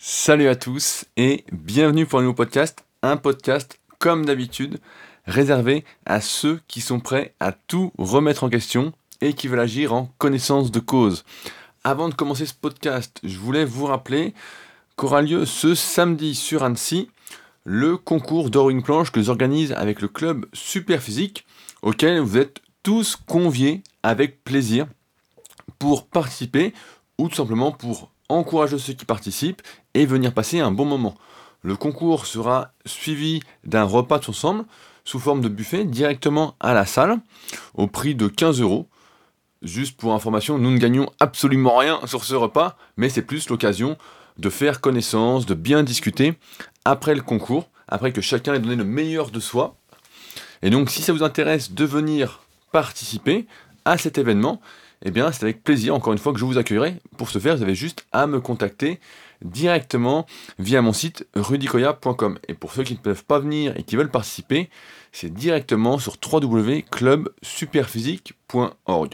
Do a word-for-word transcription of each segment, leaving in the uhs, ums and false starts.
Salut à tous et bienvenue pour un nouveau podcast, un podcast comme d'habitude réservé à ceux qui sont prêts à tout remettre en question et qui veulent agir en connaissance de cause. Avant de commencer ce podcast, je voulais vous rappeler qu'aura lieu ce samedi sur Annecy le concours d'Orwing Planche que j'organise avec le club Superphysique auquel vous êtes tous conviés avec plaisir pour participer ou tout simplement pour encourager ceux qui participent et venir passer un bon moment. Le concours sera suivi d'un repas tous ensemble sous forme de buffet directement à la salle au prix de quinze euros. Juste pour information, nous ne gagnons absolument rien sur ce repas, mais c'est plus l'occasion de faire connaissance, de bien discuter après le concours, après que chacun ait donné le meilleur de soi. Et donc si ça vous intéresse de venir participer à cet événement, eh bien c'est avec plaisir encore une fois que je vous accueillerai. Pour ce faire, vous avez juste à me contacter directement via mon site rudicoya point com. Et pour ceux qui ne peuvent pas venir et qui veulent participer, c'est directement sur w w w point club superphysique point org.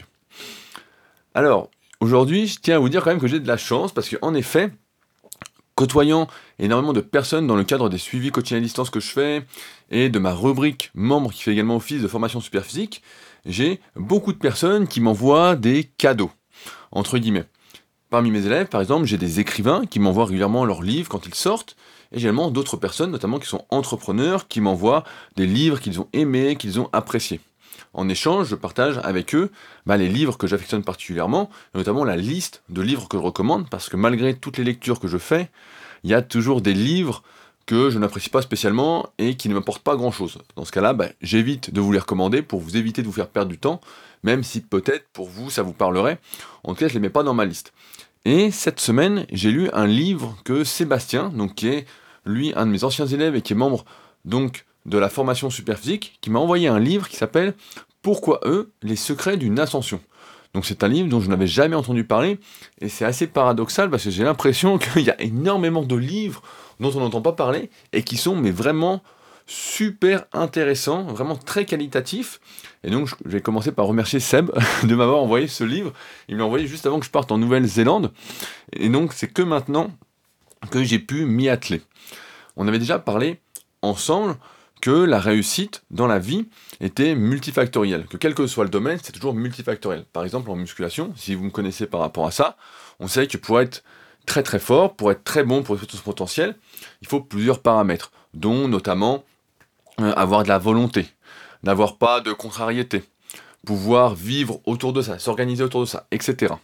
Alors, aujourd'hui, je tiens à vous dire quand même que j'ai de la chance, parce qu'en effet, côtoyant énormément de personnes dans le cadre des suivis coaching à distance que je fais, et de ma rubrique membre qui fait également office de formation Superphysique, j'ai beaucoup de personnes qui m'envoient des cadeaux, entre guillemets. Parmi mes élèves, par exemple, j'ai des écrivains qui m'envoient régulièrement leurs livres quand ils sortent, et j'ai également d'autres personnes, notamment qui sont entrepreneurs, qui m'envoient des livres qu'ils ont aimés, qu'ils ont appréciés. En échange, je partage avec eux bah, les livres que j'affectionne particulièrement, et notamment la liste de livres que je recommande, parce que malgré toutes les lectures que je fais, il y a toujours des livres que je n'apprécie pas spécialement et qui ne m'apportent pas grand-chose. Dans ce cas-là, bah, j'évite de vous les recommander pour vous éviter de vous faire perdre du temps, même si peut-être pour vous ça vous parlerait. En tout cas, je ne les mets pas dans ma liste. Et cette semaine, j'ai lu un livre que Sébastien, donc qui est lui un de mes anciens élèves et qui est membre donc de la formation Superphysique, qui m'a envoyé un livre qui s'appelle « Pourquoi eux, les secrets d'une ascension ». Donc c'est un livre dont je n'avais jamais entendu parler, et c'est assez paradoxal parce que j'ai l'impression qu'il y a énormément de livres dont on n'entend pas parler, et qui sont mais vraiment super intéressants, vraiment très qualitatifs. Et donc je vais commencer par remercier Seb de m'avoir envoyé ce livre. Il me l'a envoyé juste avant que je parte en Nouvelle-Zélande, et donc c'est que maintenant que j'ai pu m'y atteler. On avait déjà parlé ensemble que la réussite dans la vie était multifactorielle, que quel que soit le domaine, c'est toujours multifactoriel. Par exemple, en musculation, si vous me connaissez par rapport à ça, on sait que pour être très très fort, pour être très bon, pour exploiter son potentiel, il faut plusieurs paramètres, dont notamment euh, avoir de la volonté, n'avoir pas de contrariété, pouvoir vivre autour de ça, s'organiser autour de ça, et cetera.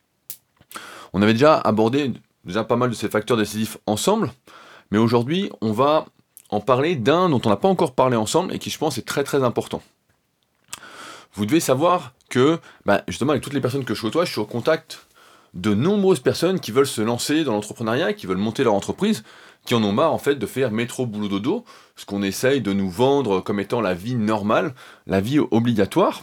On avait déjà abordé déjà pas mal de ces facteurs décisifs ensemble, mais aujourd'hui, on va en parler d'un dont on n'a pas encore parlé ensemble et qui, je pense, est très très important. Vous devez savoir que, bah, justement, avec toutes les personnes que je côtoie, je suis au contact de nombreuses personnes qui veulent se lancer dans l'entrepreneuriat, qui veulent monter leur entreprise, qui en ont marre, en fait, de faire métro, boulot, dodo, ce qu'on essaye de nous vendre comme étant la vie normale, la vie obligatoire.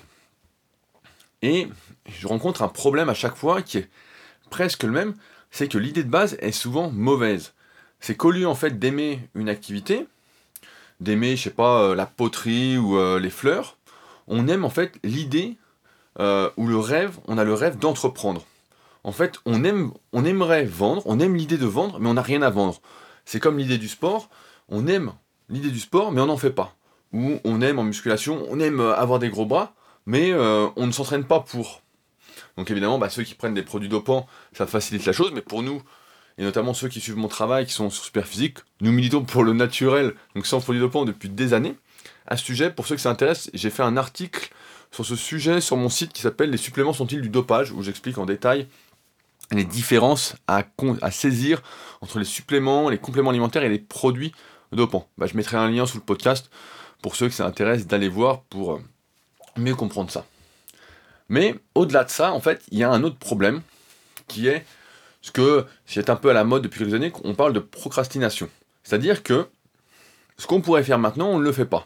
Et je rencontre un problème à chaque fois qui est presque le même, c'est que l'idée de base est souvent mauvaise. C'est qu'au lieu, en fait, d'aimer une activité, d'aimer, je sais pas, euh, la poterie ou euh, les fleurs, on aime en fait l'idée euh, ou le rêve, on a le rêve d'entreprendre. En fait, on aime, on aimerait vendre, on aime l'idée de vendre, mais on n'a rien à vendre. C'est comme l'idée du sport, on aime l'idée du sport, mais on n'en fait pas. Ou on aime en musculation, on aime avoir des gros bras, mais euh, on ne s'entraîne pas pour. Donc évidemment, bah, ceux qui prennent des produits dopants, ça facilite la chose, mais pour nous, et notamment ceux qui suivent mon travail, qui sont sur Superphysique, nous militons pour le naturel, donc sans produits dopants depuis des années. À ce sujet, pour ceux que ça intéresse, j'ai fait un article sur ce sujet sur mon site qui s'appelle « Les suppléments sont-ils du dopage ?», où j'explique en détail les différences à, con- à saisir entre les suppléments, les compléments alimentaires et les produits dopants. Bah, je mettrai un lien sous le podcast pour ceux que ça intéresse d'aller voir pour euh, mieux comprendre ça. Mais au-delà de ça, en fait, il y a un autre problème qui est ce que c'est un peu à la mode depuis quelques années, qu'on parle de procrastination. C'est-à-dire que ce qu'on pourrait faire maintenant, on ne le fait pas.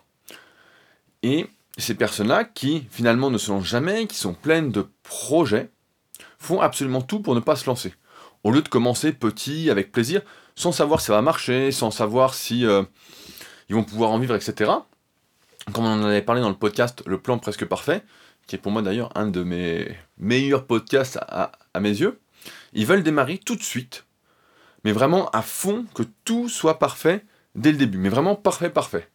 Et ces personnes-là, qui finalement ne se lancent jamais, qui sont pleines de projets, font absolument tout pour ne pas se lancer. Au lieu de commencer petit, avec plaisir, sans savoir si ça va marcher, sans savoir si euh, ils vont pouvoir en vivre, et cetera. Comme on en avait parlé dans le podcast Le Plan Presque Parfait, qui est pour moi d'ailleurs un de mes meilleurs podcasts à, à mes yeux, ils veulent démarrer tout de suite, mais vraiment à fond, que tout soit parfait dès le début, mais vraiment parfait, parfait.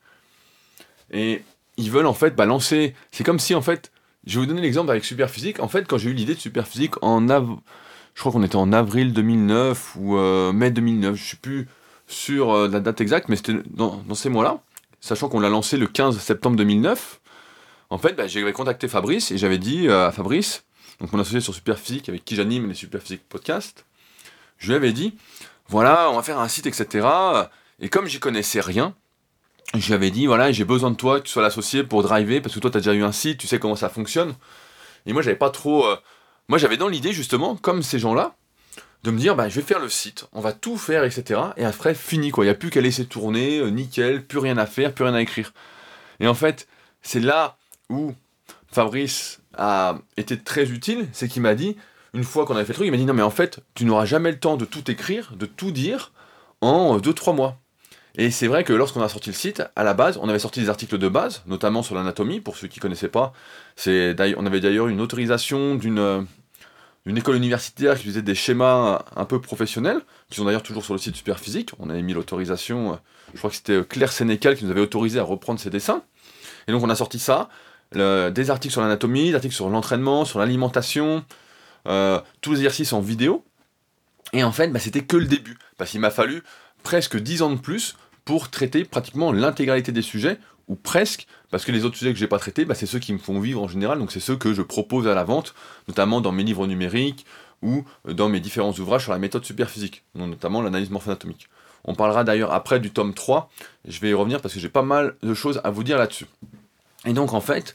Et ils veulent en fait bah, lancer, c'est comme si en fait, je vais vous donner l'exemple avec Superphysique, en fait quand j'ai eu l'idée de Superphysique en av... je crois qu'on était en avril deux mille neuf ou euh, mai deux mille neuf, je suis plus sur euh, la date exacte, mais c'était dans, dans ces mois-là, sachant qu'on l'a lancé le quinze septembre deux mille neuf, en fait bah, j'avais contacté Fabrice et j'avais dit euh, à Fabrice, donc mon associé sur Superphysique avec qui j'anime les Superphysique podcasts, je lui avais dit, voilà, on va faire un site, et cetera. Et comme j'y connaissais rien, je lui avais dit, voilà, j'ai besoin de toi, que tu sois l'associé pour driver, parce que toi, tu as déjà eu un site, tu sais comment ça fonctionne. Et moi, j'avais pas trop... euh, Moi, j'avais dans l'idée, justement, comme ces gens-là, de me dire, bah, je vais faire le site, on va tout faire, et cetera. Et après, fini, quoi. Il n'y a plus qu'à laisser tourner, euh, nickel, plus rien à faire, plus rien à écrire. Et en fait, c'est là où Fabrice a été très utile, c'est qu'il m'a dit, une fois qu'on avait fait le truc, il m'a dit, non mais en fait, tu n'auras jamais le temps de tout écrire, de tout dire, en deux trois mois. Et c'est vrai que lorsqu'on a sorti le site, à la base, on avait sorti des articles de base, notamment sur l'anatomie, pour ceux qui ne connaissaient pas. C'est, on avait d'ailleurs une autorisation d'une, euh, d'une école universitaire qui faisait des schémas un peu professionnels, qui sont d'ailleurs toujours sur le site Superphysique. On avait mis l'autorisation, euh, je crois que c'était Claire Sénécal qui nous avait autorisé à reprendre ses dessins. Et donc on a sorti ça, le, des articles sur l'anatomie, des articles sur l'entraînement, sur l'alimentation, euh, tous les exercices en vidéo. Et en fait, bah, c'était que le début, parce qu'il m'a fallu presque dix ans de plus pour traiter pratiquement l'intégralité des sujets, ou presque, parce que les autres sujets que j'ai pas traités, bah, c'est ceux qui me font vivre en général, donc c'est ceux que je propose à la vente, notamment dans mes livres numériques, ou dans mes différents ouvrages sur la méthode Superphysique, notamment l'analyse morpho-anatomique. On parlera d'ailleurs après du tome trois, et je vais y revenir parce que j'ai pas mal de choses à vous dire là-dessus. Et donc en fait,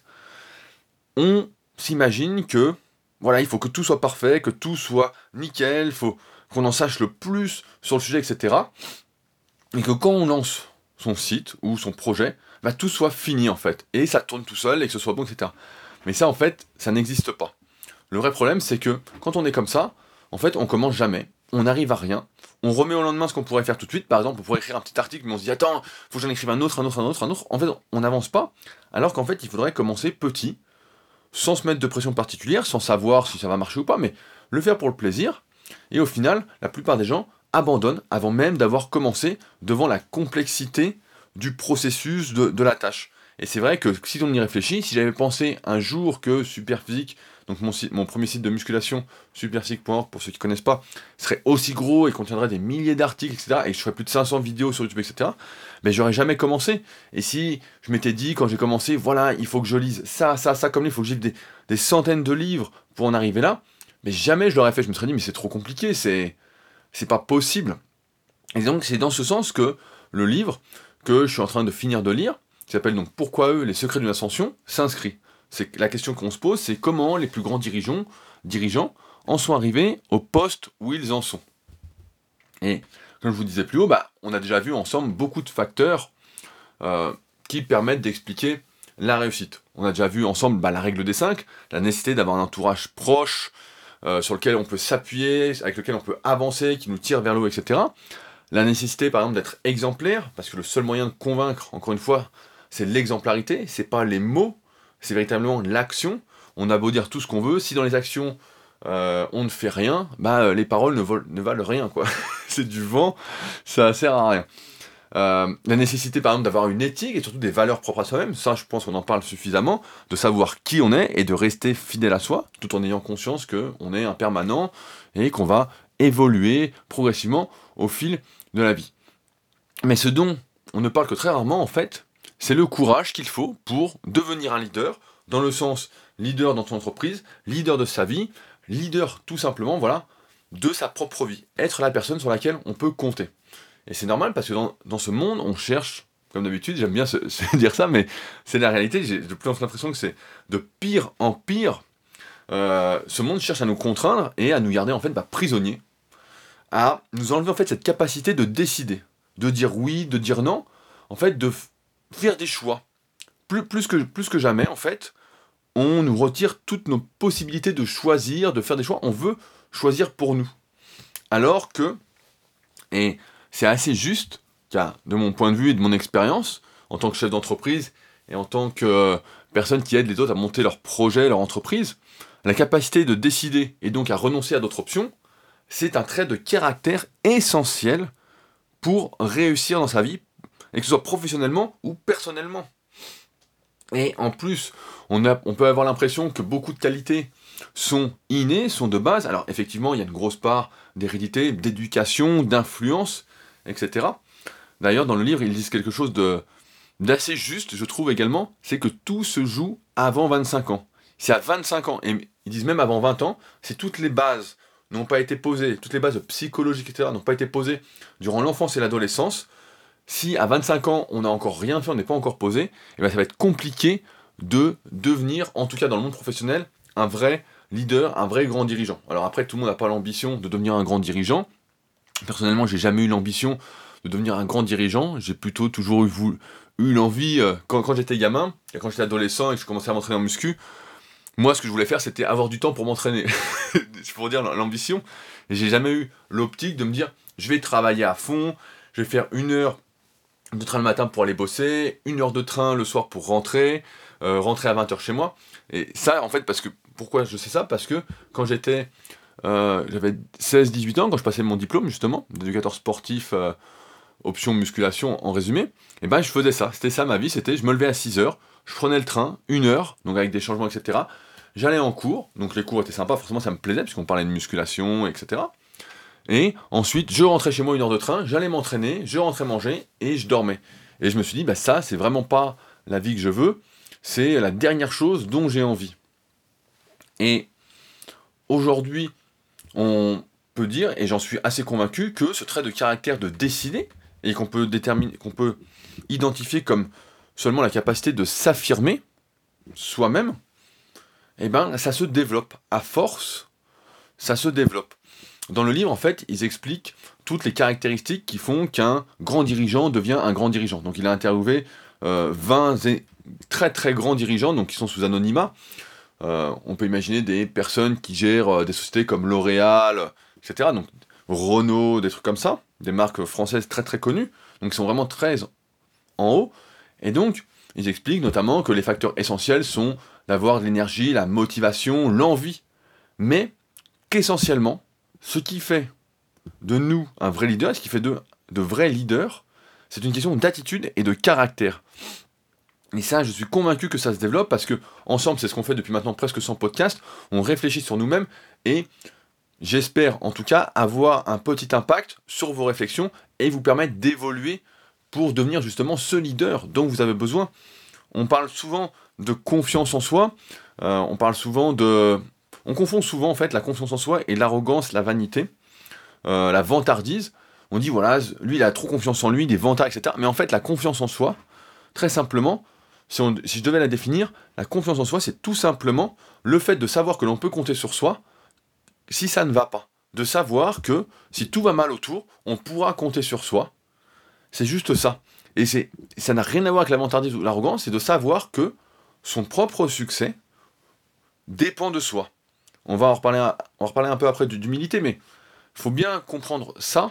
on s'imagine que, voilà, il faut que tout soit parfait, que tout soit nickel, il faut qu'on en sache le plus sur le sujet, et cetera. Et que quand on lance son site ou son projet, bah, tout soit fini en fait, et ça tourne tout seul, et que ce soit bon, et cetera. Mais ça en fait, ça n'existe pas. Le vrai problème, c'est que quand on est comme ça, en fait, on commence jamais, on n'arrive à rien, on remet au lendemain ce qu'on pourrait faire tout de suite, par exemple, on pourrait écrire un petit article, mais on se dit, attends, faut que j'en écrive un autre, un autre, un autre, un autre, en fait, on n'avance pas, alors qu'en fait, il faudrait commencer petit, sans se mettre de pression particulière, sans savoir si ça va marcher ou pas, mais le faire pour le plaisir, et au final, la plupart des gens abandonnent avant même d'avoir commencé devant la complexité du processus de, de la tâche. Et c'est vrai que si on y réfléchit, si j'avais pensé un jour que Superphysique, donc mon, site, mon premier site de musculation, superphysique point org, pour ceux qui ne connaissent pas, serait aussi gros et contiendrait des milliers d'articles, et cetera, et je ferais plus de cinq cents vidéos sur YouTube, et cetera, mais j'aurais jamais commencé. Et si je m'étais dit, quand j'ai commencé, voilà, il faut que je lise ça, ça, ça, comme il faut que je lise des, des centaines de livres pour en arriver là, mais jamais je l'aurais fait. Je me serais dit, mais c'est trop compliqué, c'est, c'est pas possible. Et donc, c'est dans ce sens que le livre que je suis en train de finir de lire, qui s'appelle donc Pourquoi eux, les secrets d'une ascension, s'inscrit. C'est la question qu'on se pose, c'est comment les plus grands dirigeants, dirigeants en sont arrivés au poste où ils en sont. Et comme je vous disais plus haut, bah, on a déjà vu ensemble beaucoup de facteurs euh, qui permettent d'expliquer la réussite. On a déjà vu ensemble bah, la règle des cinq, la nécessité d'avoir un entourage proche, euh, sur lequel on peut s'appuyer, avec lequel on peut avancer, qui nous tire vers le haut, et cetera. La nécessité, par exemple, d'être exemplaire, parce que le seul moyen de convaincre, encore une fois, c'est l'exemplarité, c'est pas les mots, c'est véritablement l'action. On a beau dire tout ce qu'on veut, si dans les actions, euh, on ne fait rien, bah, les paroles ne, vol- ne valent rien, quoi. C'est du vent, ça sert à rien. Euh, la nécessité, par exemple, d'avoir une éthique et surtout des valeurs propres à soi-même, ça, je pense qu'on en parle suffisamment, de savoir qui on est et de rester fidèle à soi, tout en ayant conscience qu'on est impermanent et qu'on va évoluer progressivement au fil de la vie. Mais ce dont on ne parle que très rarement, en fait, c'est le courage qu'il faut pour devenir un leader, dans le sens leader dans son entreprise, leader de sa vie, leader tout simplement, voilà, de sa propre vie, être la personne sur laquelle on peut compter. Et c'est normal parce que dans, dans ce monde, on cherche, comme d'habitude, j'aime bien se, se dire ça, mais c'est la réalité, j'ai de plus en plus l'impression que c'est de pire en pire. Euh, ce monde cherche à nous contraindre et à nous garder en fait bah, prisonniers, à nous enlever en fait cette capacité de décider, de dire oui, de dire non, en fait de f- faire des choix. Plus, plus, que, plus que jamais, en fait, on nous retire toutes nos possibilités de choisir, de faire des choix, on veut choisir pour nous. Alors que, et c'est assez juste, car de mon point de vue et de mon expérience, en tant que chef d'entreprise et en tant que euh, personne qui aide les autres à monter leur projet, leur entreprise, la capacité de décider et donc à renoncer à d'autres options, c'est un trait de caractère essentiel pour réussir dans sa vie, et que ce soit professionnellement ou personnellement. Et en plus, on, a, on peut avoir l'impression que beaucoup de qualités sont innées, sont de base. Alors effectivement, il y a une grosse part d'hérédité, d'éducation, d'influence, et cetera. D'ailleurs, dans le livre, ils disent quelque chose de, d'assez juste, je trouve également, c'est que tout se joue avant vingt-cinq ans. C'est à vingt-cinq ans, et ils disent même avant vingt ans, si toutes les bases n'ont pas été posées, toutes les bases psychologiques, et cetera, n'ont pas été posées durant l'enfance et l'adolescence, si à vingt-cinq ans, on n'a encore rien fait, on n'est pas encore posé, eh bien ça va être compliqué de devenir, en tout cas dans le monde professionnel, un vrai leader, un vrai grand dirigeant. Alors après, tout le monde n'a pas l'ambition de devenir un grand dirigeant. Personnellement, j'ai jamais eu l'ambition de devenir un grand dirigeant. J'ai plutôt toujours eu, voulu, eu l'envie, euh, quand, quand j'étais gamin, et quand j'étais adolescent et que je commençais à m'entraîner en muscu, moi, ce que je voulais faire, c'était avoir du temps pour m'entraîner. C'est pour dire l'ambition. Et j'ai jamais eu l'optique de me dire, je vais travailler à fond, je vais faire une heure de train le matin pour aller bosser, une heure de train le soir pour rentrer, euh, rentrer à vingt heures chez moi. Et ça, en fait, parce que, pourquoi je sais ça? Parce que quand j'étais, euh, j'avais seize dix-huit ans, quand je passais mon diplôme, justement, d'éducateur sportif, euh, option musculation en résumé, et ben je faisais ça. C'était ça ma vie, c'était, je me levais à six heures, je prenais le train, une heure, donc avec des changements, et cetera. J'allais en cours, donc les cours étaient sympas, forcément ça me plaisait, puisqu'on parlait de musculation, et cetera. Et ensuite, je rentrais chez moi une heure de train, j'allais m'entraîner, je rentrais manger, et je dormais. Et je me suis dit, bah ça, c'est vraiment pas la vie que je veux, c'est la dernière chose dont j'ai envie. Et aujourd'hui, on peut dire, et j'en suis assez convaincu, que ce trait de caractère de décider, et qu'on peut déterminer, qu'on peut identifier comme seulement la capacité de s'affirmer soi-même, eh ben, ça se développe. À force, ça se développe. Dans le livre, en fait, ils expliquent toutes les caractéristiques qui font qu'un grand dirigeant devient un grand dirigeant. Donc il a interviewé euh, vingt et très très grands dirigeants, donc qui sont sous anonymat. Euh, on peut imaginer des personnes qui gèrent euh, des sociétés comme L'Oréal, et cetera. Donc Renault, des trucs comme ça, des marques françaises très très connues, donc qui sont vraiment très en haut. Et donc, ils expliquent notamment que les facteurs essentiels sont d'avoir de l'énergie, la motivation, l'envie, mais qu'essentiellement, ce qui fait de nous un vrai leader, ce qui fait de, de vrais leaders, c'est une question d'attitude et de caractère. Et ça, je suis convaincu que ça se développe parce que, ensemble, c'est ce qu'on fait depuis maintenant presque cent podcasts, on réfléchit sur nous-mêmes et j'espère en tout cas avoir un petit impact sur vos réflexions et vous permettre d'évoluer pour devenir justement ce leader dont vous avez besoin. On parle souvent de confiance en soi, euh, on parle souvent de... On confond souvent en fait la confiance en soi et l'arrogance, la vanité, euh, la vantardise. On dit voilà, lui il a trop confiance en lui, des vantards, et cetera. Mais en fait la confiance en soi, très simplement, si, on, si je devais la définir, la confiance en soi c'est tout simplement le fait de savoir que l'on peut compter sur soi si ça ne va pas. De savoir que si tout va mal autour, on pourra compter sur soi. C'est juste ça. Et c'est, ça n'a rien à voir avec la vantardise ou l'arrogance, c'est de savoir que son propre succès dépend de soi. On va en reparler, on va reparler un peu après d'humilité, mais il faut bien comprendre ça,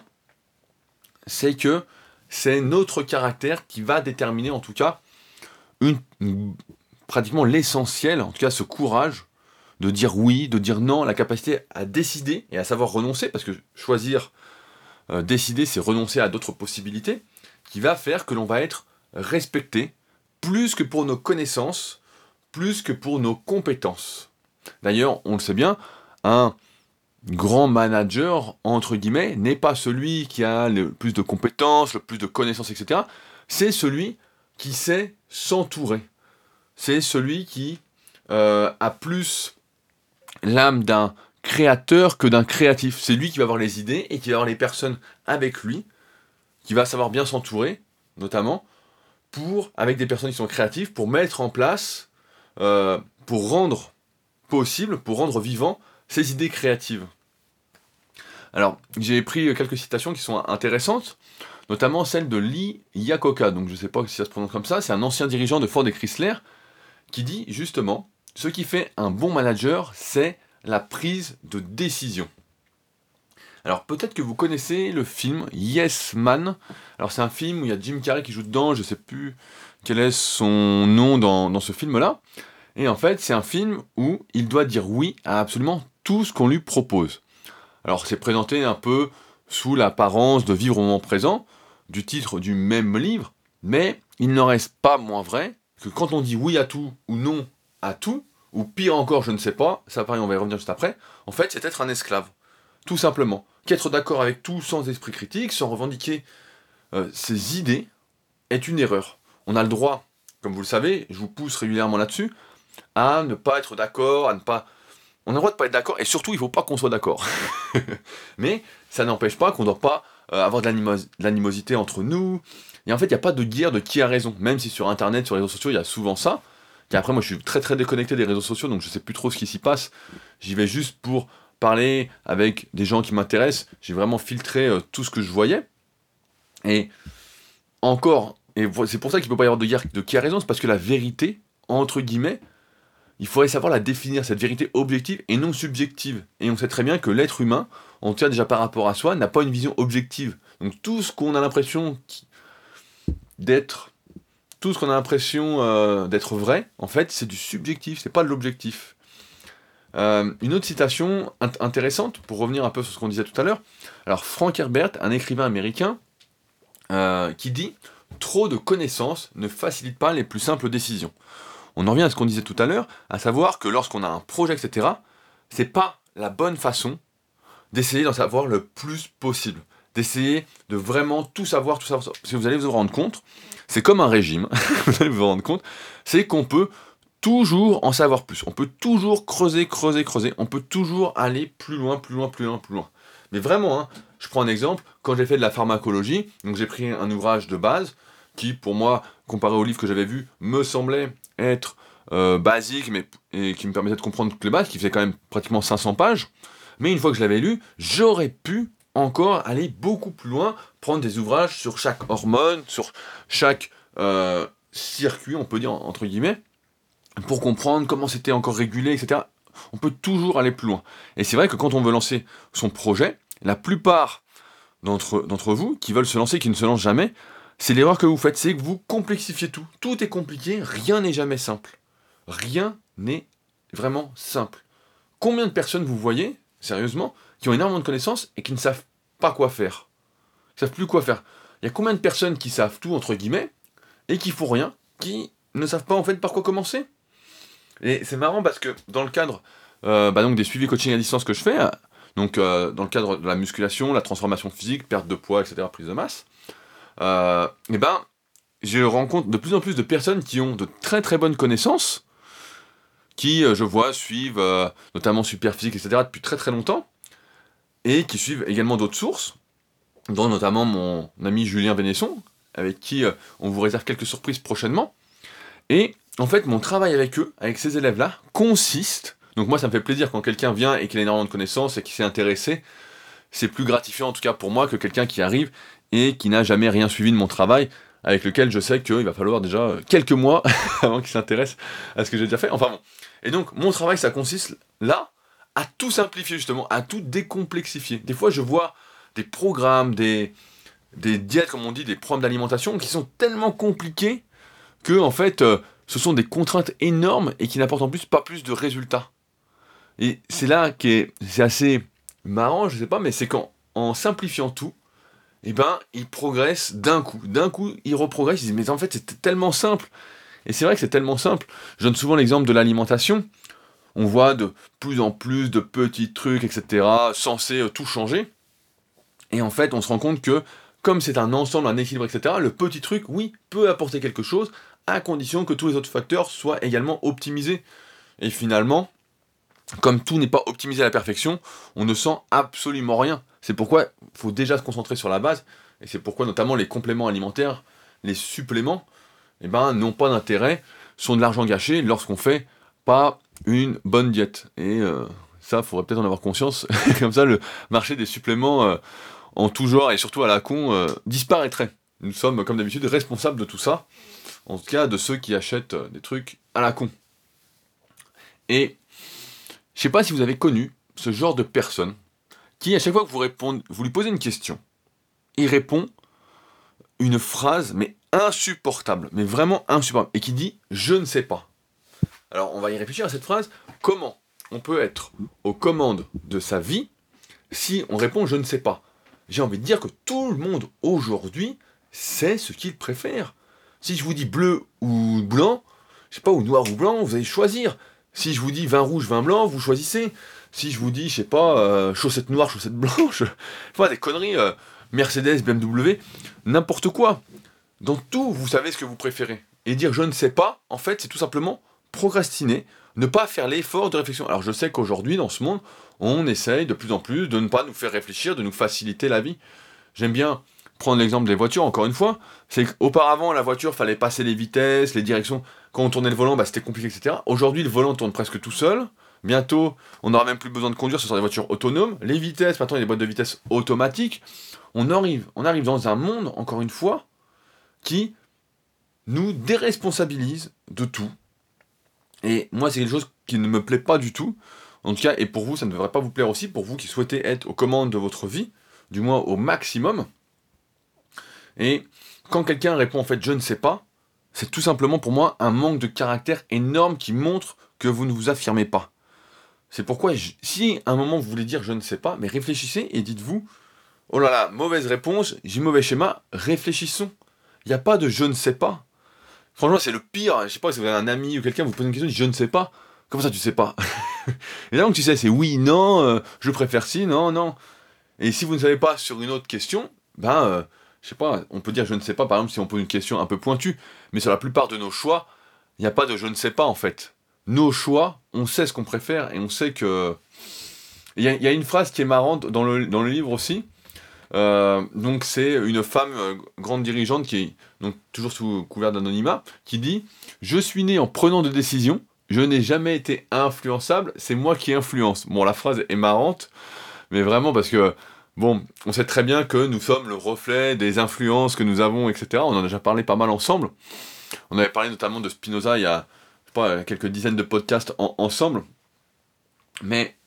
c'est que c'est notre caractère qui va déterminer en tout cas une, une, pratiquement l'essentiel, en tout cas ce courage de dire oui, de dire non, la capacité à décider et à savoir renoncer, parce que choisir, euh, décider, c'est renoncer à d'autres possibilités, qui va faire que l'on va être respecté, plus que pour nos connaissances, plus que pour nos compétences. D'ailleurs, on le sait bien, un grand manager, entre guillemets, n'est pas celui qui a le plus de compétences, le plus de connaissances, et cetera. C'est celui qui sait s'entourer. C'est celui qui euh, a plus l'âme d'un créateur que d'un créatif. C'est lui qui va avoir les idées et qui va avoir les personnes avec lui, qui va savoir bien s'entourer, notamment, pour, avec des personnes qui sont créatives, pour mettre en place, euh, pour rendre possible, pour rendre vivant ces idées créatives. Alors, j'ai pris quelques citations qui sont intéressantes, notamment celle de Lee Iacocca, donc je ne sais pas si ça se prononce comme ça, c'est un ancien dirigeant de Ford et Chrysler, qui dit justement, ce qui fait un bon manager, c'est la prise de décision. Alors peut-être que vous connaissez le film Yes Man. Alors c'est un film où il y a Jim Carrey qui joue dedans, je ne sais plus quel est son nom dans, dans ce film-là. Et en fait, c'est un film où il doit dire oui à absolument tout ce qu'on lui propose. Alors c'est présenté un peu sous l'apparence de vivre au moment présent, du titre du même livre, mais il n'en reste pas moins vrai que quand on dit oui à tout ou non à tout, ou pire encore, je ne sais pas, ça pareil, on va y revenir juste après, en fait, c'est être un esclave. Tout simplement. Qu'être d'accord avec tout sans esprit critique, sans revendiquer euh, ses idées, est une erreur. On a le droit, comme vous le savez, je vous pousse régulièrement là-dessus, à ne pas être d'accord, à ne pas... On a le droit de pas être d'accord, et surtout, il ne faut pas qu'on soit d'accord. Mais ça n'empêche pas qu'on ne doit pas euh, avoir de, l'animos- de l'animosité entre nous. Et en fait, il n'y a pas de guerre de qui a raison. Même si sur Internet, sur les réseaux sociaux, il y a souvent ça. Et après, moi, je suis très très déconnecté des réseaux sociaux, donc je sais plus trop ce qui s'y passe. J'y vais juste pour parler avec des gens qui m'intéressent. J'ai vraiment filtré euh, tout ce que je voyais. Et encore, et vo- c'est pour ça qu'il ne peut pas y avoir de guerre de qui a raison, c'est parce que la vérité, entre guillemets, il faudrait savoir la définir, cette vérité objective et non subjective. Et on sait très bien que l'être humain, en tout cas déjà par rapport à soi, n'a pas une vision objective. Donc tout ce qu'on a l'impression qui- d'être, tout ce qu'on a l'impression euh, d'être vrai, en fait, c'est du subjectif, c'est pas de l'objectif. Euh, une autre citation int- intéressante, pour revenir un peu sur ce qu'on disait tout à l'heure. Alors Frank Herbert, un écrivain américain, euh, qui dit « Trop de connaissances ne facilite pas les plus simples décisions ». On en revient à ce qu'on disait tout à l'heure, à savoir que lorsqu'on a un projet, et cetera, c'est pas la bonne façon d'essayer d'en savoir le plus possible. D'essayer de vraiment tout savoir, tout savoir. Parce que vous allez vous rendre compte, c'est comme un régime, vous allez vous rendre compte, c'est qu'on peut toujours en savoir plus. On peut toujours creuser, creuser, creuser. On peut toujours aller plus loin, plus loin, plus loin, plus loin. Mais vraiment, hein, je prends un exemple, quand j'ai fait de la pharmacologie, donc j'ai pris un ouvrage de base, qui pour moi, comparé au livre que j'avais vu, me semblait être euh, basique, mais et qui me permettait de comprendre toutes les bases, qui faisait quand même pratiquement cinq cents pages. Mais une fois que je l'avais lu, j'aurais pu encore aller beaucoup plus loin, prendre des ouvrages sur chaque hormone, sur chaque euh, circuit, on peut dire entre guillemets, pour comprendre comment c'était encore régulé, et cetera. On peut toujours aller plus loin. Et c'est vrai que quand on veut lancer son projet, la plupart d'entre, d'entre vous qui veulent se lancer, qui ne se lancent jamais, c'est l'erreur que vous faites, c'est que vous complexifiez tout. Tout est compliqué, rien n'est jamais simple. Rien n'est vraiment simple. Combien de personnes vous voyez, sérieusement, qui ont énormément de connaissances et qui ne savent pas quoi faire? Qui ne savent plus quoi faire. Il y a combien de personnes qui savent tout, entre guillemets, et qui font rien, qui ne savent pas en fait par quoi commencer? Et c'est marrant parce que dans le cadre euh, bah donc des suivis coaching à distance que je fais, euh, donc euh, dans le cadre de la musculation, la transformation physique, perte de poids, et cetera, prise de masse, euh, et ben je rencontre de plus en plus de personnes qui ont de très très bonnes connaissances, qui, euh, je vois, suivent euh, notamment Superphysique, et cetera, depuis très très longtemps, et qui suivent également d'autres sources, dont notamment mon ami Julien Vénesson, avec qui euh, on vous réserve quelques surprises prochainement. Et en fait, mon travail avec eux, avec ces élèves-là, consiste... Donc moi, ça me fait plaisir quand quelqu'un vient et qu'il a énormément de connaissances et qui s'est intéressé. C'est plus gratifiant, en tout cas pour moi, que quelqu'un qui arrive et qui n'a jamais rien suivi de mon travail, avec lequel je sais qu'il va falloir déjà quelques mois avant qu'il s'intéresse à ce que j'ai déjà fait. Enfin bon. Et donc, mon travail, ça consiste là à tout simplifier, justement, à tout décomplexifier. Des fois, je vois des programmes, des, des diètes, comme on dit, des programmes d'alimentation qui sont tellement compliqués que, en fait, euh, ce sont des contraintes énormes et qui n'apportent en plus pas plus de résultats. Et c'est là qui est, c'est assez marrant, je sais pas, mais c'est qu'en en simplifiant tout, eh ben, ils progressent d'un coup. D'un coup, ils reprogressent, ils disent, mais en fait, c'est tellement simple. Et c'est vrai que c'est tellement simple. Je donne souvent l'exemple de l'alimentation. On voit de plus en plus de petits trucs, et cetera, censés euh, tout changer. Et en fait, on se rend compte que, comme c'est un ensemble, un équilibre, et cetera, le petit truc, oui, peut apporter quelque chose, à condition que tous les autres facteurs soient également optimisés. Et finalement, comme tout n'est pas optimisé à la perfection, on ne sent absolument rien. C'est pourquoi il faut déjà se concentrer sur la base, et c'est pourquoi notamment les compléments alimentaires, les suppléments, eh ben, n'ont pas d'intérêt, sont de l'argent gâché lorsqu'on fait pas une bonne diète. Et euh, ça, il faudrait peut-être en avoir conscience, comme ça le marché des suppléments euh, en tout genre, et surtout à la con, euh, disparaîtrait. Nous sommes, comme d'habitude, responsables de tout ça, en tout cas de ceux qui achètent euh, des trucs à la con. Et je sais pas si vous avez connu ce genre de personne qui, à chaque fois que vous, répondez, vous lui posez une question, il répond une phrase, mais insupportable, mais vraiment insupportable, et qui dit « je ne sais pas ». Alors, on va y réfléchir à cette phrase. Comment on peut être aux commandes de sa vie si on répond je ne sais pas, j'ai envie de dire que tout le monde aujourd'hui sait ce qu'il préfère. Si je vous dis bleu ou blanc, je sais pas, ou noir ou blanc, vous allez choisir. Si je vous dis vin rouge, vin blanc, vous choisissez. Si je vous dis, je sais pas, euh, chaussettes noires, chaussettes blanches, enfin des conneries, euh, Mercedes, B M W, n'importe quoi. Dans tout, vous savez ce que vous préférez. Et dire je ne sais pas, en fait, c'est tout simplement procrastiner, ne pas faire l'effort de réflexion. Alors je sais qu'aujourd'hui, dans ce monde, on essaye de plus en plus de ne pas nous faire réfléchir, de nous faciliter la vie. J'aime bien prendre l'exemple des voitures, encore une fois. C'est qu'auparavant, la voiture, fallait passer les vitesses, les directions. Quand on tournait le volant, bah, c'était compliqué, et cetera. Aujourd'hui, le volant tourne presque tout seul. Bientôt, on n'aura même plus besoin de conduire, ce sera des voitures autonomes. Les vitesses, maintenant, il y a des boîtes de vitesse automatiques. On arrive, on arrive dans un monde, encore une fois, qui nous déresponsabilise de tout. Et moi, c'est quelque chose qui ne me plaît pas du tout. En tout cas, et pour vous, ça ne devrait pas vous plaire aussi, pour vous qui souhaitez être aux commandes de votre vie, du moins au maximum. Et quand quelqu'un répond en fait je ne sais pas, c'est tout simplement pour moi un manque de caractère énorme qui montre que vous ne vous affirmez pas. C'est pourquoi, je, si à un moment vous voulez dire je ne sais pas, mais réfléchissez et dites-vous, oh là là, mauvaise réponse, j'ai mauvais schéma, réfléchissons. Il n'y a pas de je ne sais pas. Franchement, c'est le pire. Je sais pas si vous avez un ami ou quelqu'un, vous posez une question, il dit je ne sais pas. Comment ça tu sais pas? Et là donc tu sais, c'est oui, non, euh, je préfère si, non, non. Et si vous ne savez pas sur une autre question, ben, euh, je sais pas, on peut dire je ne sais pas, par exemple, si on pose une question un peu pointue, mais sur la plupart de nos choix, il n'y a pas de je ne sais pas en fait. Nos choix, on sait ce qu'on préfère et on sait que. Il y, y a une phrase qui est marrante dans le, dans le livre aussi. Euh, donc c'est une femme euh, grande dirigeante qui est donc toujours sous couvert d'anonymat qui dit je suis né en prenant des décisions, je n'ai jamais été influençable, c'est moi qui influence. Bon, la phrase est marrante, mais vraiment parce que bon, on sait très bien que nous sommes le reflet des influences que nous avons, et cetera. On en a déjà parlé pas mal ensemble. On avait parlé notamment de Spinoza il y a je sais pas, quelques dizaines de podcasts en, ensemble, mais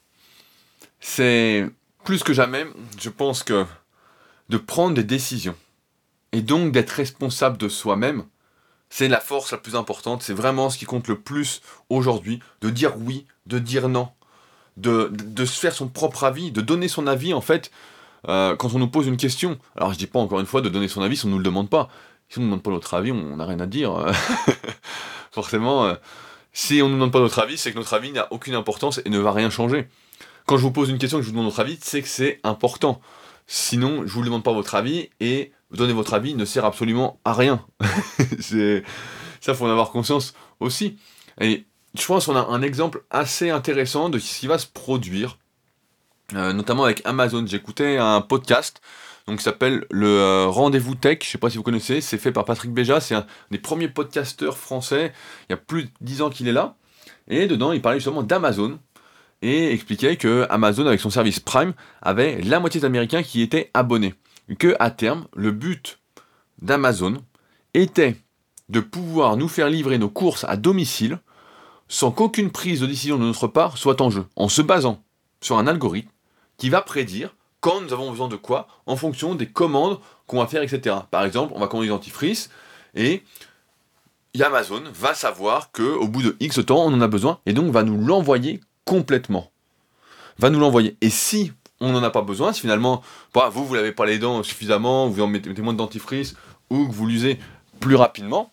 c'est plus que jamais, je pense que de prendre des décisions, et donc d'être responsable de soi-même, c'est la force la plus importante, c'est vraiment ce qui compte le plus aujourd'hui, de dire oui, de dire non, de, de, de se faire son propre avis, de donner son avis en fait, euh, quand on nous pose une question. Alors je dis pas encore une fois de donner son avis si on nous le demande pas, si on nous demande pas notre avis, on n'a rien à dire, forcément, euh, si on nous demande pas notre avis, c'est que notre avis n'a aucune importance et ne va rien changer. Quand je vous pose une question et que je vous demande votre avis, c'est que c'est important. Sinon, je vous demande pas votre avis, et donner votre avis ne sert absolument à rien. c'est... Ça, faut en avoir conscience aussi. Et je pense qu'on a un exemple assez intéressant de ce qui va se produire, euh, notamment avec Amazon. J'écoutais un podcast donc, qui s'appelle le euh, Rendez-vous Tech, je sais pas si vous connaissez, c'est fait par Patrick Béja, c'est un des premiers podcasteurs français, il y a plus de dix ans qu'il est là, et dedans, il parlait justement d'Amazon, et expliquait que Amazon, avec son service Prime, avait la moitié des Américains qui étaient abonnés. Et que, à terme, le but d'Amazon était de pouvoir nous faire livrer nos courses à domicile sans qu'aucune prise de décision de notre part soit en jeu, en se basant sur un algorithme qui va prédire quand nous avons besoin de quoi en fonction des commandes qu'on va faire, et cetera. Par exemple, on va commander du dentifrice et Amazon va savoir qu'au bout de X temps, on en a besoin et donc va nous l'envoyer complètement. Va nous l'envoyer. Et si on n'en a pas besoin, si finalement, bah, vous, vous l'avez pas les dents suffisamment, vous en mettez, mettez moins de dentifrice, ou que vous l'usez plus rapidement,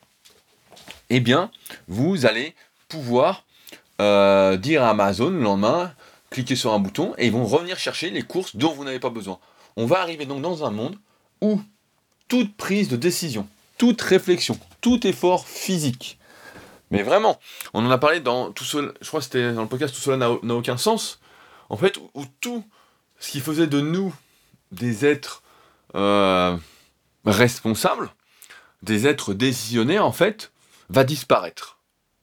eh bien, vous allez pouvoir euh, dire à Amazon le lendemain, cliquer sur un bouton, et ils vont revenir chercher les courses dont vous n'avez pas besoin. On va arriver donc dans un monde où toute prise de décision, toute réflexion, tout effort physique, mais vraiment, on en a parlé dans tout cela, je crois que c'était dans le podcast Tout cela n'a, n'a aucun sens, en fait, où, où tout ce qui faisait de nous des êtres euh, responsables, des êtres décisionnaires, en fait, va disparaître.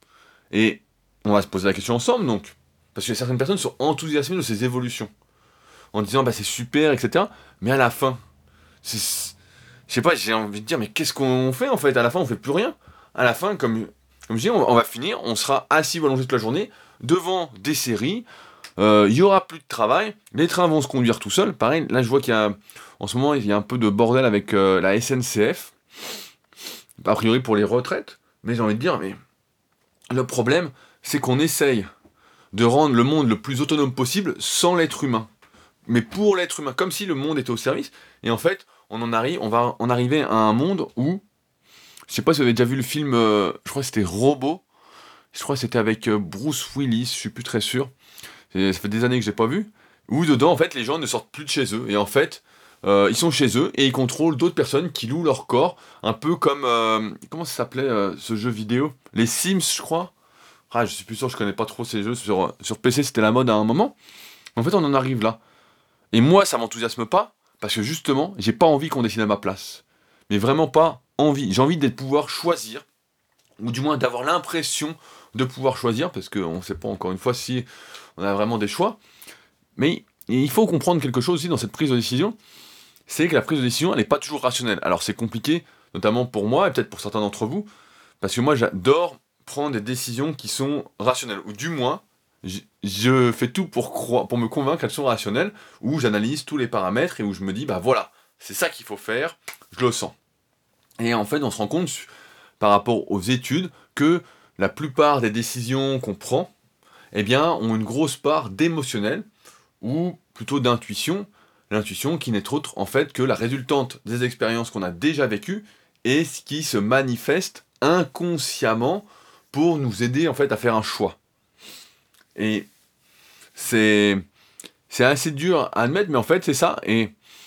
Et on va se poser la question ensemble, donc, parce que certaines personnes sont enthousiasmées de ces évolutions, en disant, bah c'est super, et cetera, mais à la fin, c'est, je sais pas, j'ai envie de dire, mais qu'est-ce qu'on fait, en fait? À la fin, on fait plus rien. À la fin, comme... Comme je dis, on va finir, on sera assis ou allongé toute la journée, devant des séries, il euh, y aura plus de travail, les trains vont se conduire tout seuls. Pareil, là je vois qu'il y a, en ce moment, il y a un peu de bordel avec euh, la S N C F, a priori pour les retraites, mais j'ai envie de dire, mais le problème, c'est qu'on essaye de rendre le monde le plus autonome possible sans l'être humain. mais pour l'être humain, comme si le monde était au service. Et en fait, on en arrive, on va en arriver à un monde où, je sais pas si vous avez déjà vu le film, euh, je crois que c'était Robot, je crois que c'était avec euh, Bruce Willis, je suis plus très sûr, Et ça fait des années que j'ai pas vu, où dedans, en fait, les gens ne sortent plus de chez eux, et en fait, euh, ils sont chez eux, et ils contrôlent d'autres personnes qui louent leur corps, un peu comme, euh, comment ça s'appelait euh, ce jeu vidéo? Les Sims, je crois. Ah, je suis plus sûr, je connais pas trop ces jeux, sur, sur P C c'était la mode à un moment. En fait, on en arrive là. Et moi, ça m'enthousiasme pas, parce que justement, j'ai pas envie qu'on décide à ma place. Mais vraiment pas envie. J'ai envie de pouvoir choisir, ou du moins d'avoir l'impression de pouvoir choisir, parce qu'on ne sait pas encore une fois si on a vraiment des choix. Mais il faut comprendre quelque chose aussi dans cette prise de décision, c'est que la prise de décision, elle n'est pas toujours rationnelle. Alors c'est compliqué, notamment pour moi, et peut-être pour certains d'entre vous, parce que moi j'adore prendre des décisions qui sont rationnelles, ou du moins, j- je fais tout pour, croi- pour me convaincre qu'elles sont rationnelles, où j'analyse tous les paramètres, et où je me dis, bah voilà, c'est ça qu'il faut faire, je le sens. Et en fait, on se rend compte, par rapport aux études, que la plupart des décisions qu'on prend, eh bien, ont une grosse part d'émotionnel, ou plutôt d'intuition, l'intuition qui n'est autre en fait que la résultante des expériences qu'on a déjà vécues et ce qui se manifeste inconsciemment pour nous aider en fait à faire un choix. Et c'est c'est assez dur à admettre, mais en fait c'est ça, et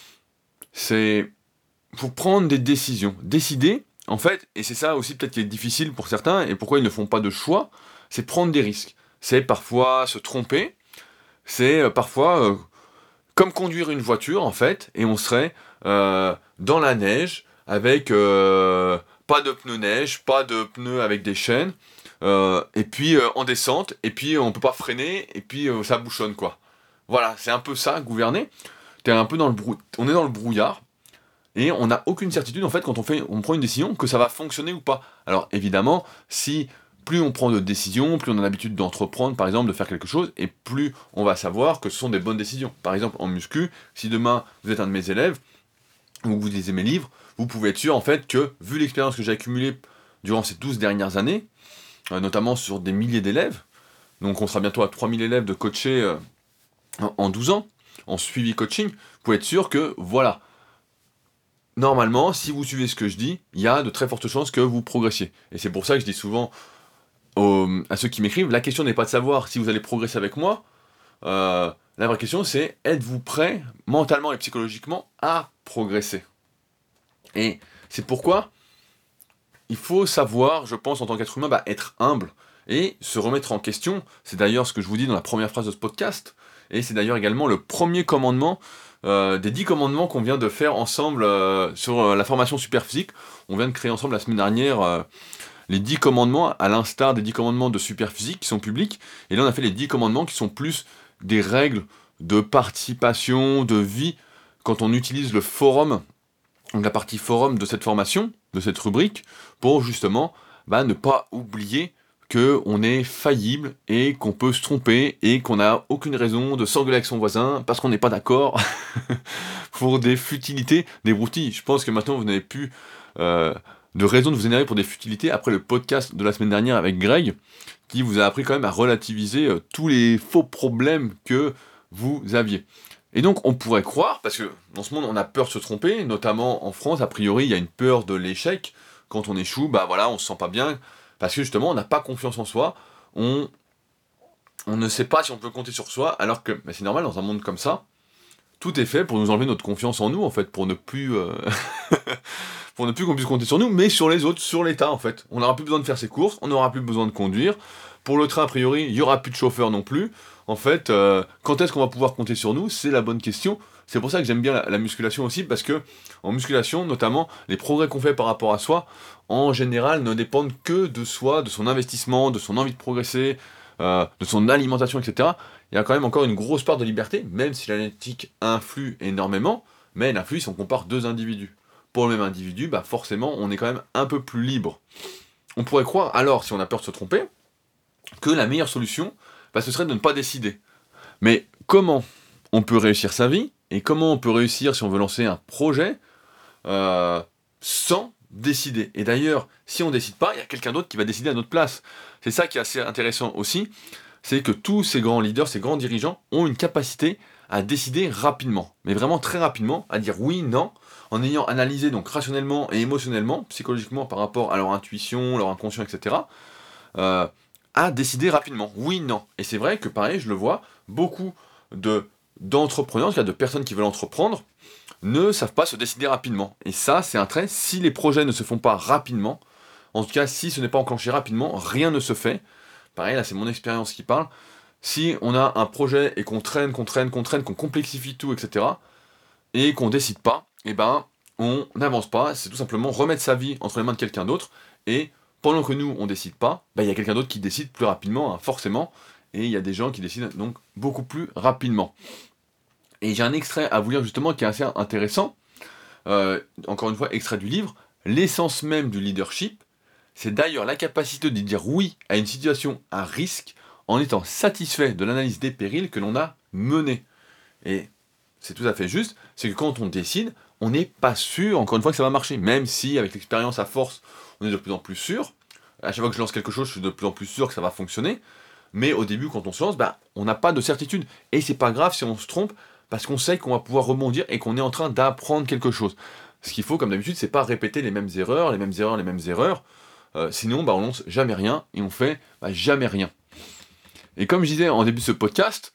c'est pour prendre des décisions, décider en fait, et c'est ça aussi peut-être qui est difficile pour certains et pourquoi ils ne font pas de choix, c'est prendre des risques, c'est parfois se tromper, c'est euh, parfois euh, comme conduire une voiture en fait, et on serait euh, dans la neige, avec euh, pas de pneus neige, pas de pneus avec des chaînes, euh, et puis euh, en descente, et puis on peut pas freiner, et puis euh, ça bouchonne quoi. Voilà, c'est un peu ça, gouverner. T'es un peu dans le brou- on est dans le brouillard, et on n'a aucune certitude en fait quand on fait, on prend une décision que ça va fonctionner ou pas. Alors évidemment, si plus on prend de décisions, plus on a l'habitude d'entreprendre, par exemple, de faire quelque chose, et plus on va savoir que ce sont des bonnes décisions. Par exemple, en muscu, si demain vous êtes un de mes élèves, ou que vous lisez mes livres, vous pouvez être sûr en fait que, vu l'expérience que j'ai accumulée durant ces douze dernières années, euh, notamment sur des milliers d'élèves, donc on sera bientôt à trois mille élèves de coachés euh, en en douze ans, en suivi coaching, vous pouvez être sûr que, voilà, normalement, si vous suivez ce que je dis, il y a de très fortes chances que vous progressiez. Et c'est pour ça que je dis souvent aux- à ceux qui m'écrivent, la question n'est pas de savoir si vous allez progresser avec moi, euh, la vraie question c'est, êtes-vous prêt, mentalement et psychologiquement, à progresser? Et c'est pourquoi il faut savoir, je pense, en tant qu'être humain, bah, être humble et se remettre en question. C'est d'ailleurs ce que je vous dis dans la première phrase de ce podcast, et c'est d'ailleurs également le premier commandement euh, des dix commandements qu'on vient de faire ensemble euh, sur euh, la formation Superphysique. On vient de créer ensemble la semaine dernière euh, les dix commandements, à l'instar des dix commandements de Superphysique qui sont publics, et là on a fait les dix commandements qui sont plus des règles de participation, de vie, quand on utilise le forum, donc la partie forum de cette formation, de cette rubrique, pour justement bah, ne pas oublier qu'on est faillible et qu'on peut se tromper et qu'on n'a aucune raison de s'engueuler avec son voisin parce qu'on n'est pas d'accord pour des futilités, des broutilles. Je pense que maintenant vous n'avez plus euh, de raison de vous énerver pour des futilités après le podcast de la semaine dernière avec Greg qui vous a appris quand même à relativiser euh, tous les faux problèmes que vous aviez. Et donc on pourrait croire, parce que dans ce monde on a peur de se tromper, notamment en France, a priori il y a une peur de l'échec, quand on échoue, bah voilà, on se sent pas bien, parce que justement on n'a pas confiance en soi, on, on ne sait pas si on peut compter sur soi, alors que bah, c'est normal dans un monde comme ça, tout est fait pour nous enlever notre confiance en nous en fait, pour ne plus... euh, pour ne plus qu'on puisse compter sur nous, mais sur les autres, sur l'État en fait. On n'aura plus besoin de faire ses courses, on n'aura plus besoin de conduire. Pour le train, a priori, il n'y aura plus de chauffeur non plus. En fait, euh, quand est-ce qu'on va pouvoir compter sur nous? C'est la bonne question. C'est pour ça que j'aime bien la, la musculation aussi, parce que en musculation, notamment, les progrès qu'on fait par rapport à soi, en général, ne dépendent que de soi, de son investissement, de son envie de progresser, euh, de son alimentation, et cetera. Il y a quand même encore une grosse part de liberté, même si la génétique influe énormément, mais elle influe si on compare deux individus. Pour le même individu, bah forcément, on est quand même un peu plus libre. On pourrait croire, alors, si on a peur de se tromper, que la meilleure solution, bah, ce serait de ne pas décider. Mais comment on peut réussir sa vie, et comment on peut réussir si on veut lancer un projet, euh, sans décider? Et d'ailleurs, si on décide pas, il y a quelqu'un d'autre qui va décider à notre place. C'est ça qui est assez intéressant aussi, c'est que tous ces grands leaders, ces grands dirigeants, ont une capacité à décider rapidement, mais vraiment très rapidement, à dire oui, non, en ayant analysé donc rationnellement et émotionnellement, psychologiquement par rapport à leur intuition, leur inconscient, et cetera, euh, à décider rapidement, oui, non. Et c'est vrai que pareil, je le vois, beaucoup de, d'entrepreneurs, en tout cas de personnes qui veulent entreprendre, ne savent pas se décider rapidement. Et ça, c'est un trait, si les projets ne se font pas rapidement, en tout cas si ce n'est pas enclenché rapidement, rien ne se fait. Pareil, là c'est mon expérience qui parle. Si on a un projet et qu'on traîne, qu'on traîne, qu'on traîne, qu'on complexifie tout, et cetera, et qu'on décide pas, eh ben, on n'avance pas. C'est tout simplement remettre sa vie entre les mains de quelqu'un d'autre, et pendant que nous, on décide pas, bah, il y a quelqu'un d'autre qui décide plus rapidement, hein, forcément, et il y a des gens qui décident donc beaucoup plus rapidement. Et j'ai un extrait à vous lire justement qui est assez intéressant, euh, encore une fois, extrait du livre, l'essence même du leadership, c'est d'ailleurs la capacité de dire oui à une situation à risque en étant satisfait de l'analyse des périls que l'on a menée. Et c'est tout à fait juste, c'est que quand on décide, on n'est pas sûr, encore une fois, que ça va marcher. Même si, avec l'expérience, à force, on est de plus en plus sûr. À chaque fois que je lance quelque chose, je suis de plus en plus sûr que ça va fonctionner. Mais au début, quand on se lance, bah, on n'a pas de certitude. Et c'est pas grave si on se trompe, parce qu'on sait qu'on va pouvoir rebondir et qu'on est en train d'apprendre quelque chose. Ce qu'il faut, comme d'habitude, c'est pas répéter les mêmes erreurs, les mêmes erreurs, les mêmes erreurs. Euh, sinon, bah, on lance jamais rien et on fait bah, jamais rien. Et comme je disais en début de ce podcast,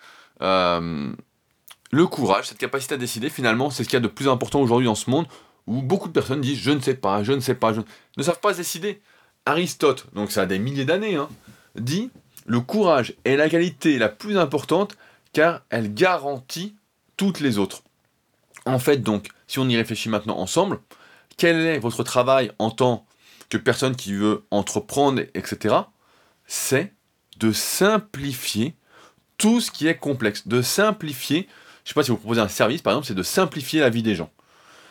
euh, le courage, cette capacité à décider, finalement, c'est ce qu'il y a de plus important aujourd'hui dans ce monde où beaucoup de personnes disent je ne sais pas, je ne sais pas, je ne savent pas se décider. Aristote, donc ça a des milliers d'années, hein, dit le courage est la qualité la plus importante car elle garantit toutes les autres. En fait, donc, si on y réfléchit maintenant ensemble, quel est votre travail en tant que personne qui veut entreprendre, et cetera. C'est de simplifier tout ce qui est complexe, de simplifier. Je ne sais pas si vous proposez un service, par exemple, c'est de simplifier la vie des gens.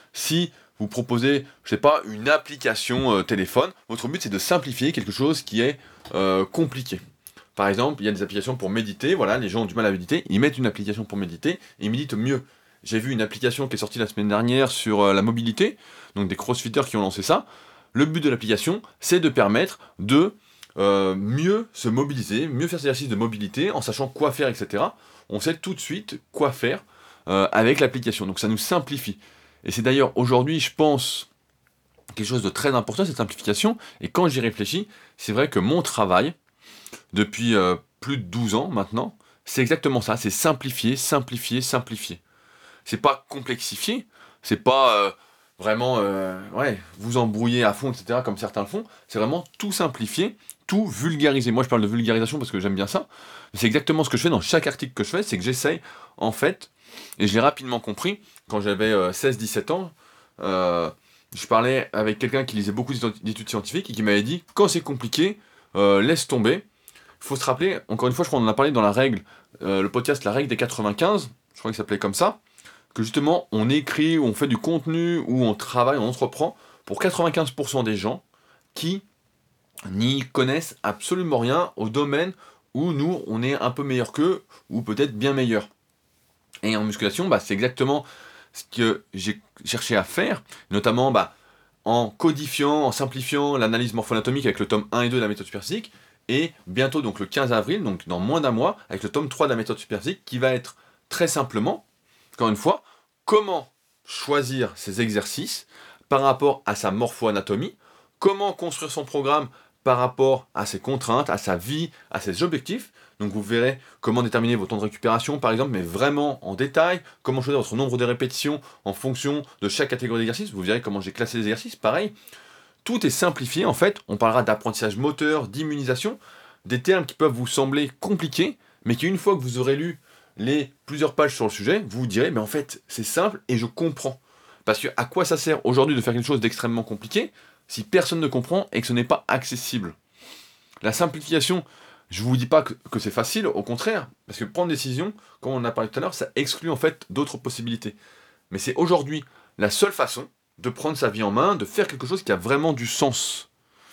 Si vous proposez, je sais pas, une application euh, téléphone, votre but c'est de simplifier quelque chose qui est euh, compliqué. Par exemple, il y a des applications pour méditer, voilà, les gens ont du mal à méditer, ils mettent une application pour méditer et ils méditent mieux. J'ai vu une application qui est sortie la semaine dernière sur euh, la mobilité, donc des crossfitters qui ont lancé ça. Le but de l'application, c'est de permettre de euh, mieux se mobiliser, mieux faire des exercices de mobilité en sachant quoi faire, et cetera. On sait tout de suite quoi faire euh, avec l'application, donc ça nous simplifie. Et c'est d'ailleurs aujourd'hui, je pense, quelque chose de très important, cette simplification. Et quand j'y réfléchis, c'est vrai que mon travail, depuis euh, plus de douze ans maintenant, c'est exactement ça, c'est simplifier, simplifier, simplifier. C'est pas complexifier, c'est pas euh, vraiment euh, ouais, vous embrouiller à fond, et cetera, comme certains le font, c'est vraiment tout simplifier, tout vulgariser. Moi je parle de vulgarisation parce que j'aime bien ça, c'est exactement ce que je fais dans chaque article que je fais, c'est que j'essaye, en fait, et je l'ai rapidement compris, quand j'avais euh, seize dix-sept ans, euh, je parlais avec quelqu'un qui lisait beaucoup d'études scientifiques et qui m'avait dit, quand c'est compliqué, euh, laisse tomber. Il faut se rappeler, encore une fois, je crois qu'on en a parlé dans la règle, euh, le podcast La règle des quatre-vingt-quinze, je crois qu'il s'appelait comme ça, que justement on écrit, ou on fait du contenu, ou on travaille, on entreprend pour quatre-vingt-quinze pour cent des gens qui n'y connaissent absolument rien au domaine où nous on est un peu meilleur qu'eux, ou peut-être bien meilleur. Et en musculation, bah, c'est exactement ce que j'ai cherché à faire, notamment bah, en codifiant, en simplifiant l'analyse morpho-anatomique avec le tome un et deux de la méthode Superphysique, et bientôt donc le quinze avril, donc dans moins d'un mois, avec le tome trois de la méthode Superphysique, qui va être très simplement, encore une fois, comment choisir ses exercices par rapport à sa morpho-anatomie, comment construire son programme par rapport à ses contraintes, à sa vie, à ses objectifs. Donc vous verrez comment déterminer vos temps de récupération par exemple, mais vraiment en détail, comment choisir votre nombre de répétitions en fonction de chaque catégorie d'exercice, vous verrez comment j'ai classé les exercices, pareil. Tout est simplifié en fait, on parlera d'apprentissage moteur, d'immunisation, des termes qui peuvent vous sembler compliqués, mais qui une fois que vous aurez lu les plusieurs pages sur le sujet, vous vous direz, mais en fait c'est simple et je comprends. Parce que à quoi ça sert aujourd'hui de faire quelque chose d'extrêmement compliqué si personne ne comprend et que ce n'est pas accessible? La simplification, je ne vous dis pas que, que c'est facile, au contraire, parce que prendre une décision, comme on en a parlé tout à l'heure, ça exclut en fait d'autres possibilités. Mais c'est aujourd'hui la seule façon de prendre sa vie en main, de faire quelque chose qui a vraiment du sens.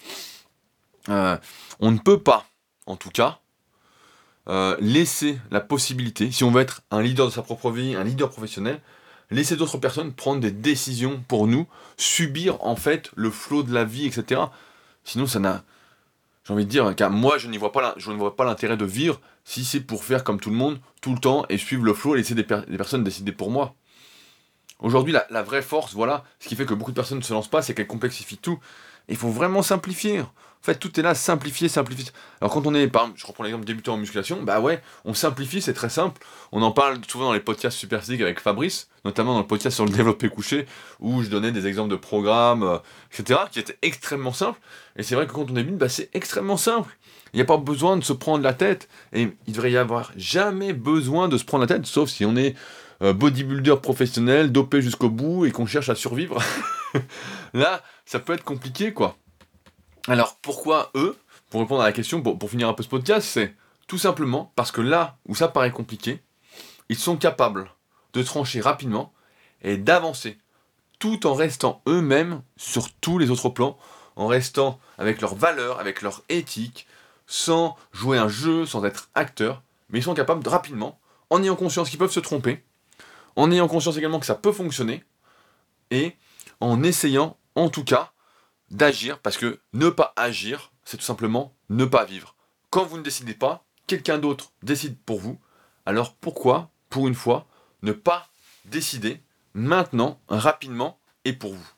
Euh, on ne peut pas, en tout cas, euh, laisser la possibilité, si on veut être un leader de sa propre vie, un leader professionnel, laisser d'autres personnes prendre des décisions pour nous, subir en fait le flot de la vie, et cetera. Sinon, ça n'a... j'ai envie de dire, car moi je n'y vois pas, l'in- je ne vois pas l'intérêt de vivre si c'est pour faire comme tout le monde, tout le temps, et suivre le flow et laisser des, per- des personnes décider pour moi. Aujourd'hui, la, la vraie force, voilà, ce qui fait que beaucoup de personnes ne se lancent pas, c'est qu'elles complexifient tout. Et il faut vraiment simplifier. En fait, tout est là, simplifier, simplifier. Alors quand on est, par exemple, je reprends l'exemple débutant en musculation, bah ouais, on simplifie, c'est très simple. On en parle souvent dans les podcasts Super Physique avec Fabrice, notamment dans le podcast sur le développé couché, où je donnais des exemples de programmes, euh, et cetera, qui étaient extrêmement simples. Et c'est vrai que quand on débute, bah c'est extrêmement simple. Il n'y a pas besoin de se prendre la tête. Et il devrait y avoir jamais besoin de se prendre la tête, sauf si on est euh, bodybuilder professionnel, dopé jusqu'au bout et qu'on cherche à survivre. Là, ça peut être compliqué, quoi. Alors, pourquoi eux? Pour répondre à la question, pour, pour finir un peu ce podcast, c'est tout simplement parce que là où ça paraît compliqué, ils sont capables de trancher rapidement et d'avancer, tout en restant eux-mêmes sur tous les autres plans, en restant avec leurs valeurs, avec leur éthique, sans jouer un jeu, sans être acteurs, mais ils sont capables de rapidement, en ayant conscience qu'ils peuvent se tromper, en ayant conscience également que ça peut fonctionner, et en essayant, en tout cas, d'agir, parce que ne pas agir, c'est tout simplement ne pas vivre. Quand vous ne décidez pas, quelqu'un d'autre décide pour vous, alors pourquoi, pour une fois, ne pas décider maintenant, rapidement, et pour vous?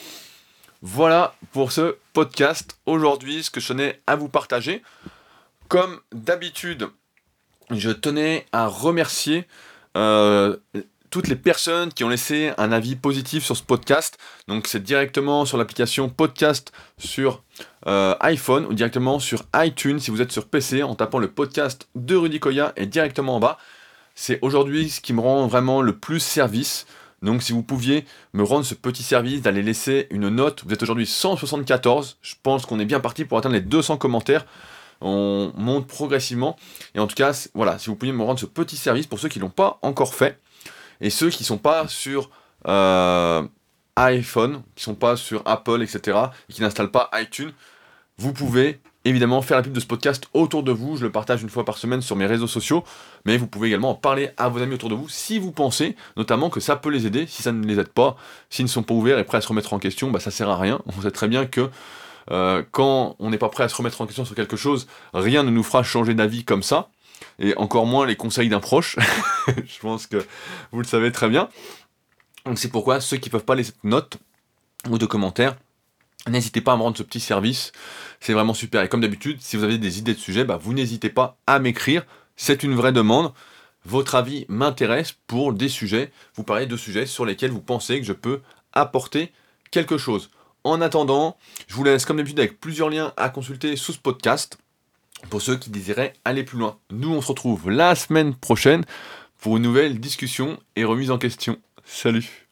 Voilà pour ce podcast aujourd'hui, ce que je tenais à vous partager. Comme d'habitude, je tenais à remercier euh, toutes les personnes qui ont laissé un avis positif sur ce podcast. Donc c'est directement sur l'application podcast sur euh, iPhone ou directement sur iTunes si vous êtes sur P C en tapant le podcast de Rudy Koya et directement en bas. C'est aujourd'hui ce qui me rend vraiment le plus service. Donc si vous pouviez me rendre ce petit service d'aller laisser une note, vous êtes aujourd'hui cent soixante-quatorze, je pense qu'on est bien parti pour atteindre les deux cents commentaires. On monte progressivement. Et en tout cas, voilà, si vous pouviez me rendre ce petit service pour ceux qui ne l'ont pas encore fait, et ceux qui ne sont pas sur euh, iPhone, qui ne sont pas sur Apple, et cetera, et qui n'installent pas iTunes, vous pouvez évidemment faire la pub de ce podcast autour de vous. Je le partage une fois par semaine sur mes réseaux sociaux, mais vous pouvez également en parler à vos amis autour de vous si vous pensez notamment que ça peut les aider. Si ça ne les aide pas, s'ils ne sont pas ouverts et prêts à se remettre en question, bah ça sert à rien. On sait très bien que Euh, quand on n'est pas prêt à se remettre en question sur quelque chose, rien ne nous fera changer d'avis comme ça, et encore moins les conseils d'un proche. Je pense que vous le savez très bien. Donc c'est pourquoi ceux qui ne peuvent pas laisser de notes ou de commentaires, n'hésitez pas à me rendre ce petit service, c'est vraiment super. Et comme d'habitude, si vous avez des idées de sujets, bah, vous n'hésitez pas à m'écrire, c'est une vraie demande. Votre avis m'intéresse pour des sujets, vous parlez de sujets sur lesquels vous pensez que je peux apporter quelque chose. En attendant, je vous laisse comme d'habitude avec plusieurs liens à consulter sous ce podcast pour ceux qui désiraient aller plus loin. Nous, on se retrouve la semaine prochaine pour une nouvelle discussion et remise en question. Salut!